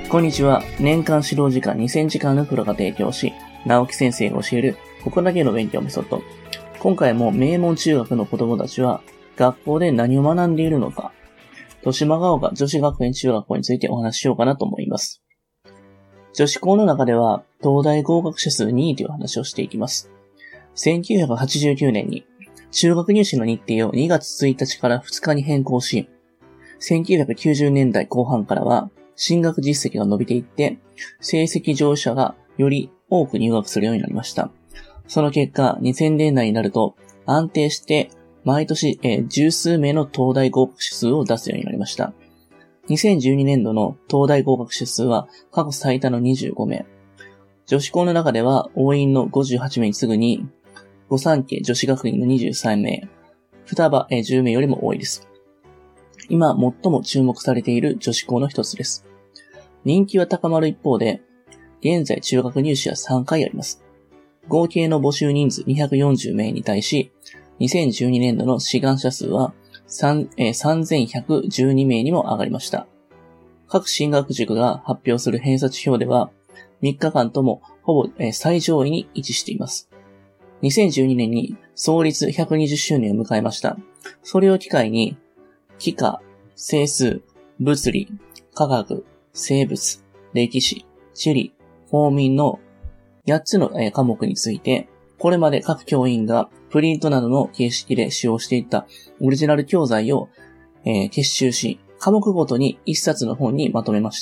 こんにちは。年間指導時間2000時間のプロが提供し、直樹先生が教えるここだけの勉強メソッド。今回も名門中学の子供たちは学校で何を学んでいるのか、豊島ヶ丘女子学園中学校についてお話ししようかなと思います。女子校の中では東大合格者数2位という話をしていきます。1989年に中学入試の日程を2月1日から2日に変更し、1990年代後半からは進学実績が伸びていって、成績上位者がより多く入学するようになりました。その結果、2000年代になると安定して毎年十数名の東大合格者数を出すようになりました。2012年度の東大合格者数は過去最多の25名。女子校の中では応印の58名に次ぐに、御三家女子学院の23名、双葉10名よりも多いです。今最も注目されている女子校の一つです。人気は高まる一方で、現在中学入試は3回あります。合計の募集人数240名に対し、2012年度の志願者数は3112名にも上がりました。各進学塾が発表する偏差値表では、3日間ともほぼ最上位に位置しています。2012年に創立120周年を迎えました。それを機会に、幾何、整数、物理、科学、生物、歴史、地理、公民の8つの科目について、これまで各教員がプリントなどの形式で使用していたオリジナル教材を結集し、科目ごとに1冊の本にまとめました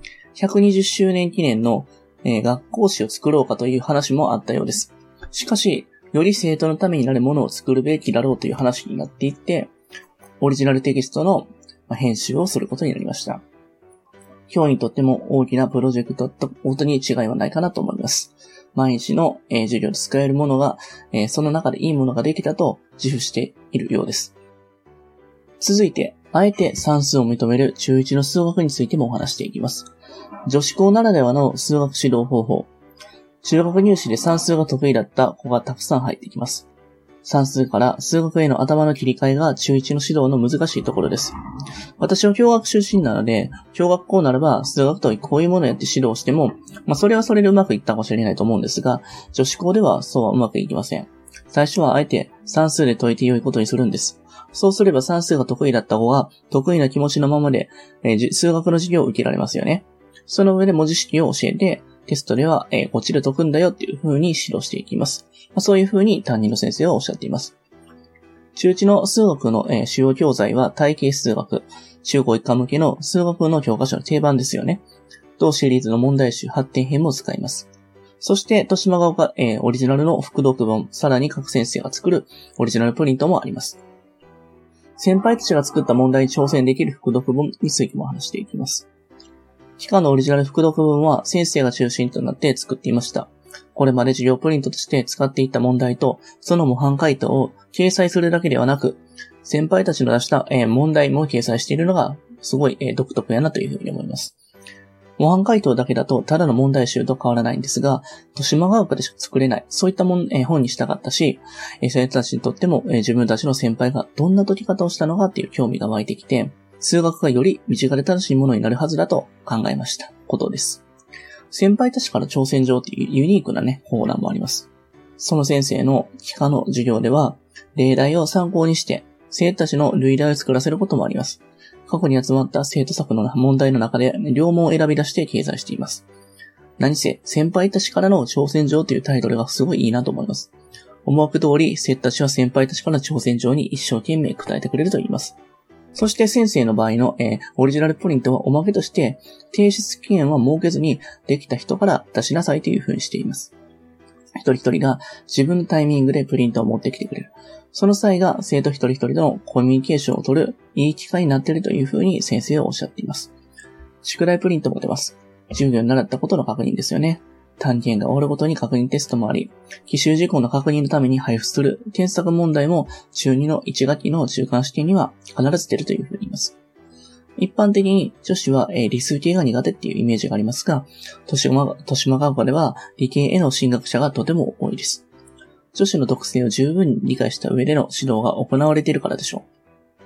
。120周年記念の学校誌を作ろうかという話もあったようです。しかし、より生徒のためになるものを作るべきだろうという話になっていって、オリジナルテキストの編集をすることになりました。教員にとっても大きなプロジェクトとことに違いはないかなと思います。毎日の授業で使えるものが、その中でいいものができたと自負しているようです。続いて、あえて算数を認める中1の数学についてもお話していきます。女子校ならではの数学指導方法。中学入試で算数が得意だった子がたくさん入ってきます。算数から数学への頭の切り替えが中1の指導の難しいところです。私は共学出身なので、共学校ならば数学とこういうものをやって指導しても、それはそれでうまくいったかもしれないと思うんですが、女子校ではそうはうまくいきません。最初はあえて算数で解いて良いことにするんです。そうすれば算数が得意だった子が得意な気持ちのままで、数学の授業を受けられますよね。その上で文字式を教えて、テストでは、こっちで解くんだよっていう風に指導していきます。そういう風に担任の先生はおっしゃっています。中1の数学の、主要教材は体系数学、中高一貫向けの数学の教科書の定番ですよね。同シリーズの問題集発展編も使います。そして、豊島ヶ丘、オリジナルの副読本、さらに各先生が作るオリジナルプリントもあります。先輩たちが作った問題に挑戦できる副読本についても話していきます。幾何のオリジナル副読本は先生が中心となって作っていました。これまで授業プリントとして使っていた問題と、その模範解答を掲載するだけではなく、先輩たちの出した問題も掲載しているのがすごい独特やなというふうに思います。模範解答だけだとただの問題集と変わらないんですが、豊島ヶ丘でしか作れない、そういった本にしたかったし、生徒たちにとっても自分たちの先輩がどんな解き方をしたのかっていう興味が湧いてきて、数学がより身近で正しいものになるはずだと考えましたことです。先輩たちから挑戦状っていうユニークな方案もあります。その先生の幾何の授業では、例題を参考にして生徒たちの類題を作らせることもあります。過去に集まった生徒作の問題の中で両問を選び出して掲載しています。何せ先輩たちからの挑戦状というタイトルがすごいいいなと思います。思惑通り生徒たちは先輩たちからの挑戦状に一生懸命答えてくれると言います。そして先生の場合の、オリジナルプリントはおまけとして提出期限は設けずにできた人から出しなさいというふうにしています。一人一人が自分のタイミングでプリントを持ってきてくれる。その際が生徒一人一人とのコミュニケーションを取るいい機会になっているというふうに先生はおっしゃっています。宿題プリントも出ます。授業に習ったことの確認ですよね。単元が終わるごとに確認テストもあり、奇襲事項の確認のために配布する添削問題も中2の1学期の中間試験には必ず出るというふうに言います。一般的に女子は理数系が苦手っていうイメージがありますが、豊島ヶ丘では理系への進学者がとても多いです。女子の特性を十分に理解した上での指導が行われているからでしょう。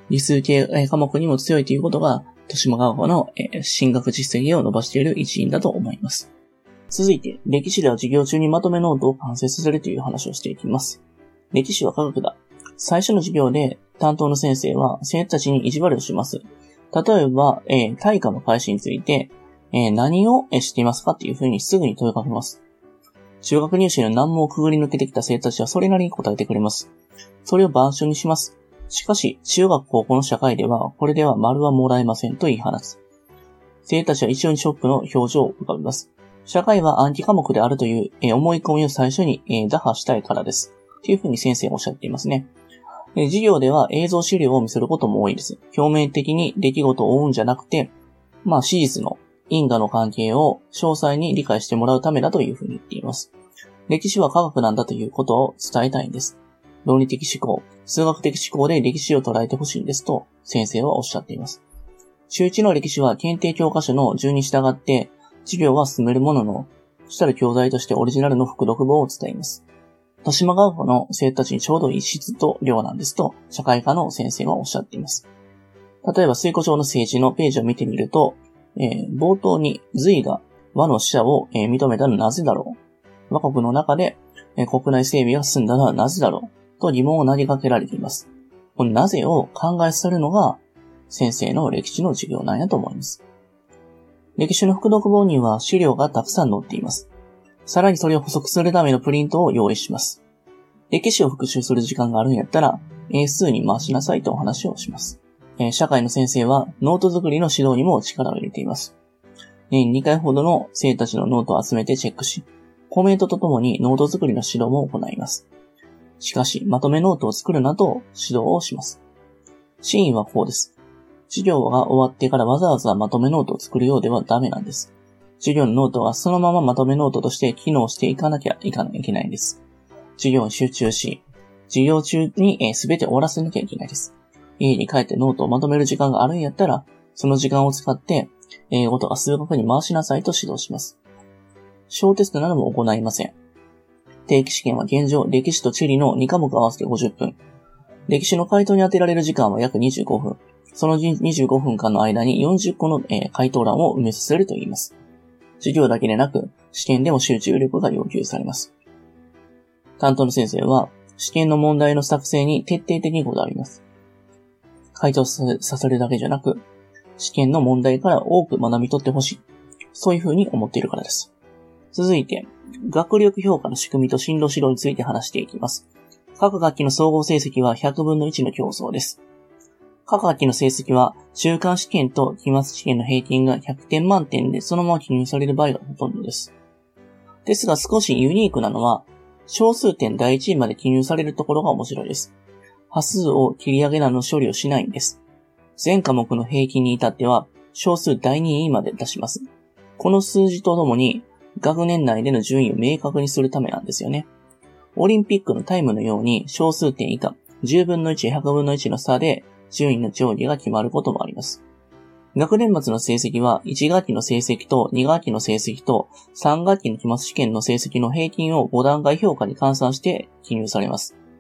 理数系科目にも強いということが、豊島学校の進学実績を伸ばしている一因だと思います。続いて、歴史では授業中にまとめノートを完成させるという話をしていきます。歴史は科学だ。最初の授業で担当の先生は生徒たちに意地悪をします。例えば、大化の開始について、何を知っていますかっていうふうにすぐに問いかけます。中学入試の難問をくぐり抜けてきた生徒たちはそれなりに答えてくれます。それを板書にします。しかし、中学高校の社会では、これでは丸はもらえませんと言い放つ。生徒たちは一緒にショックの表情を浮かべます。社会は暗記科目であるという、思い込みを最初に、打破したいからです。というふうに先生はおっしゃっていますね。授業では映像資料を見せることも多いです。表面的に出来事を追うんじゃなくて、史実の因果の関係を詳細に理解してもらうためだというふうに言っています。歴史は科学なんだということを伝えたいんです。論理的思考、数学的思考で歴史を捉えてほしいんですと先生はおっしゃっています。中1の歴史は検定教科書の順に従って授業は進めるものの、主たる教材としてオリジナルの副読本を伝えます。豊島学校の生徒たちにちょうどいい質と量なんですと社会科の先生はおっしゃっています。例えば水湖町の政治のページを見てみると、冒頭に隋が倭の使者を認めたのはなぜだろう。倭国の中で国内整備が進んだのはなぜだろうと疑問を投げかけられています。このなぜを考えさせるのが先生の歴史の授業なんやと思います。歴史の副読本には資料がたくさん載っています。さらにそれを補足するためのプリントを用意します。歴史を復習する時間があるんやったら英数に回しなさいとお話をします。社会の先生はノート作りの指導にも力を入れています。年2回ほどの生徒たちのノートを集めてチェックし、コメントとともにノート作りの指導も行います。しかし、まとめノートを作るなど指導をします。真意はこうです。授業が終わってからわざわざまとめノートを作るようではダメなんです。授業のノートはそのまままとめノートとして機能していかなきゃいけないんです。授業に集中し、授業中に全て終わらせなきゃいけないです。家に帰ってノートをまとめる時間があるんやったら、その時間を使って英語とか数学に回しなさいと指導します。小テストなども行いません。定期試験は現状、歴史と地理の2科目合わせて50分。歴史の回答に当てられる時間は約25分。その25分間の間に40個の回答欄を埋めさせると言います。授業だけでなく、試験でも集中力が要求されます。担当の先生は、試験の問題の作成に徹底的にこだわります。回答させるだけじゃなく、試験の問題から多く学び取ってほしい。そういうふうに思っているからです。続いて、学力評価の仕組みと進路指導について話していきます。各学期の総合成績は100分の1の競争です。各学期の成績は中間試験と期末試験の平均が100点満点でそのまま記入される場合がほとんどです。ですが少しユニークなのは、小数点第1位まで記入されるところが面白いです。端数を切り上げなどの処理をしないんです。全科目の平均に至っては小数第2位まで出します。この数字とともに学年内での順位を明確にするためなんですよね。オリンピックのタイムのように小数点以下、10分の1、100分の1の差で順位の上下が決まることもあります。学年末の成績は1学期の成績と2学期の成績と3学期の期末試験の成績の平均を5段階評価に換算して記入されます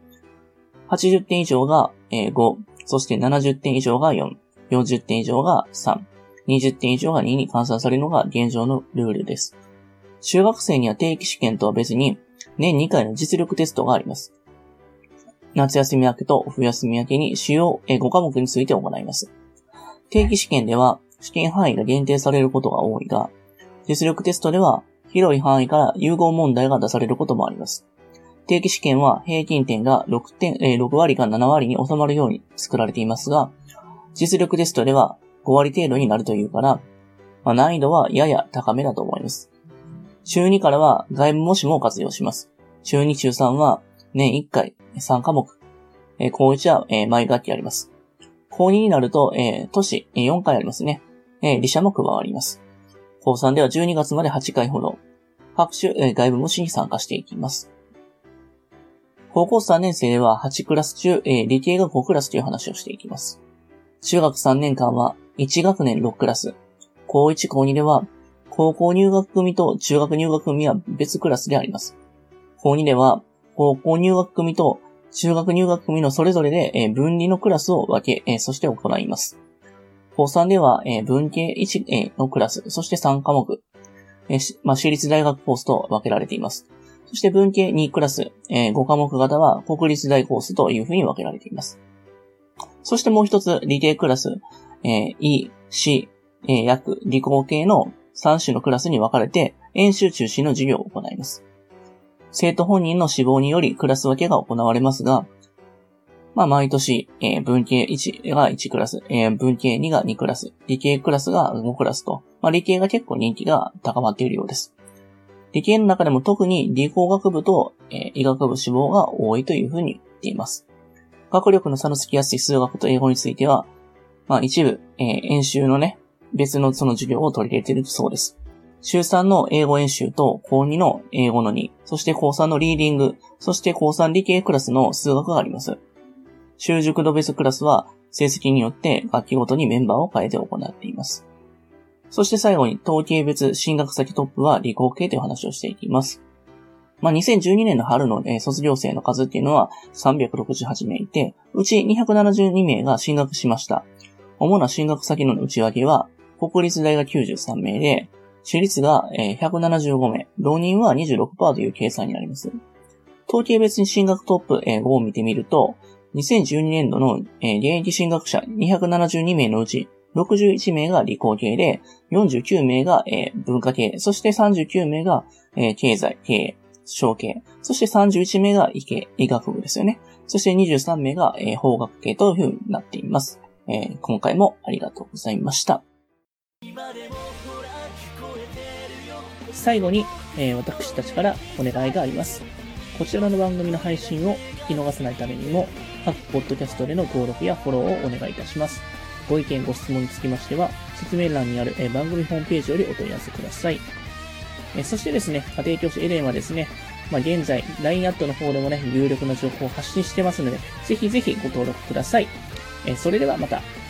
。80点以上が5、そして70点以上が4、40点以上が3、20点以上が2に換算されるのが現状のルールです。中学生には定期試験とは別に年2回の実力テストがあります。夏休み明けと冬休み明けに主要5科目について行います。定期試験では試験範囲が限定されることが多いが、実力テストでは広い範囲から融合問題が出されることもあります。定期試験は平均点が6割か7割に収まるように作られていますが、実力テストでは5割程度になるというから、難易度はやや高めだと思います。中2からは外部模試も活用します。中2、中3は年1回3科目。高1は毎学期あります。高2になると年4回ありますね。理社も加わります。高3では12月まで8回ほど各種外部模試に参加していきます。高校3年生では8クラス中理系が5クラスという話をしていきます。中学3年間は1学年6クラス。高1、高2では高校入学組と中学入学組は別クラスであります。高2では高校入学組と中学入学組のそれぞれで、分離のクラスを分け、そして行います。高3では、文系1、のクラス、そして3科目、私立大学コースと分けられています。そして文系2クラス、5科目型は国立大コースというふうに分けられています。そしてもう一つ、理系クラス、E、C、薬、理工系の3種のクラスに分かれて、演習中心の授業を行います。生徒本人の志望によりクラス分けが行われますが、毎年、文系1が1クラス、文系2が2クラス、理系クラスが5クラスと、理系が結構人気が高まっているようです。理系の中でも特に理工学部と、医学部志望が多いというふうに言っています。学力の差のつきやすい数学と英語については、一部、演習のね、別のその授業を取り入れているそうです。週3の英語演習と高2の英語の2、そして高3のリーディング、そして高3理系クラスの数学があります。習熟度別クラスは成績によって学期ごとにメンバーを変えて行っています。そして最後に統計別進学先トップは理工系という話をしていきます。2012年の春の、卒業生の数っていうのは368名いて、うち272名が進学しました。主な進学先の内訳は、国立大が93名で、私立が175名、浪人は 26% という計算になります。統計別に進学トップ5を見てみると、2012年度の現役進学者272名のうち61名が理工系で、49名が文化系、そして39名が経済、経営、商系、そして31名が医学部ですよね。そして23名が法学系という風になっています。今回もありがとうございました。最後に、私たちからお願いがあります。こちらの番組の配信を聞き逃さないためにも、各ポッドキャストでの登録やフォローをお願いいたします。ご意見ご質問につきましては、説明欄にある番組ホームページよりお問い合わせください。そしてですね、家庭教師エレンはですね、現在 LINE アットの方でもね、有力な情報を発信してますので、ぜひぜひご登録ください。それではまた。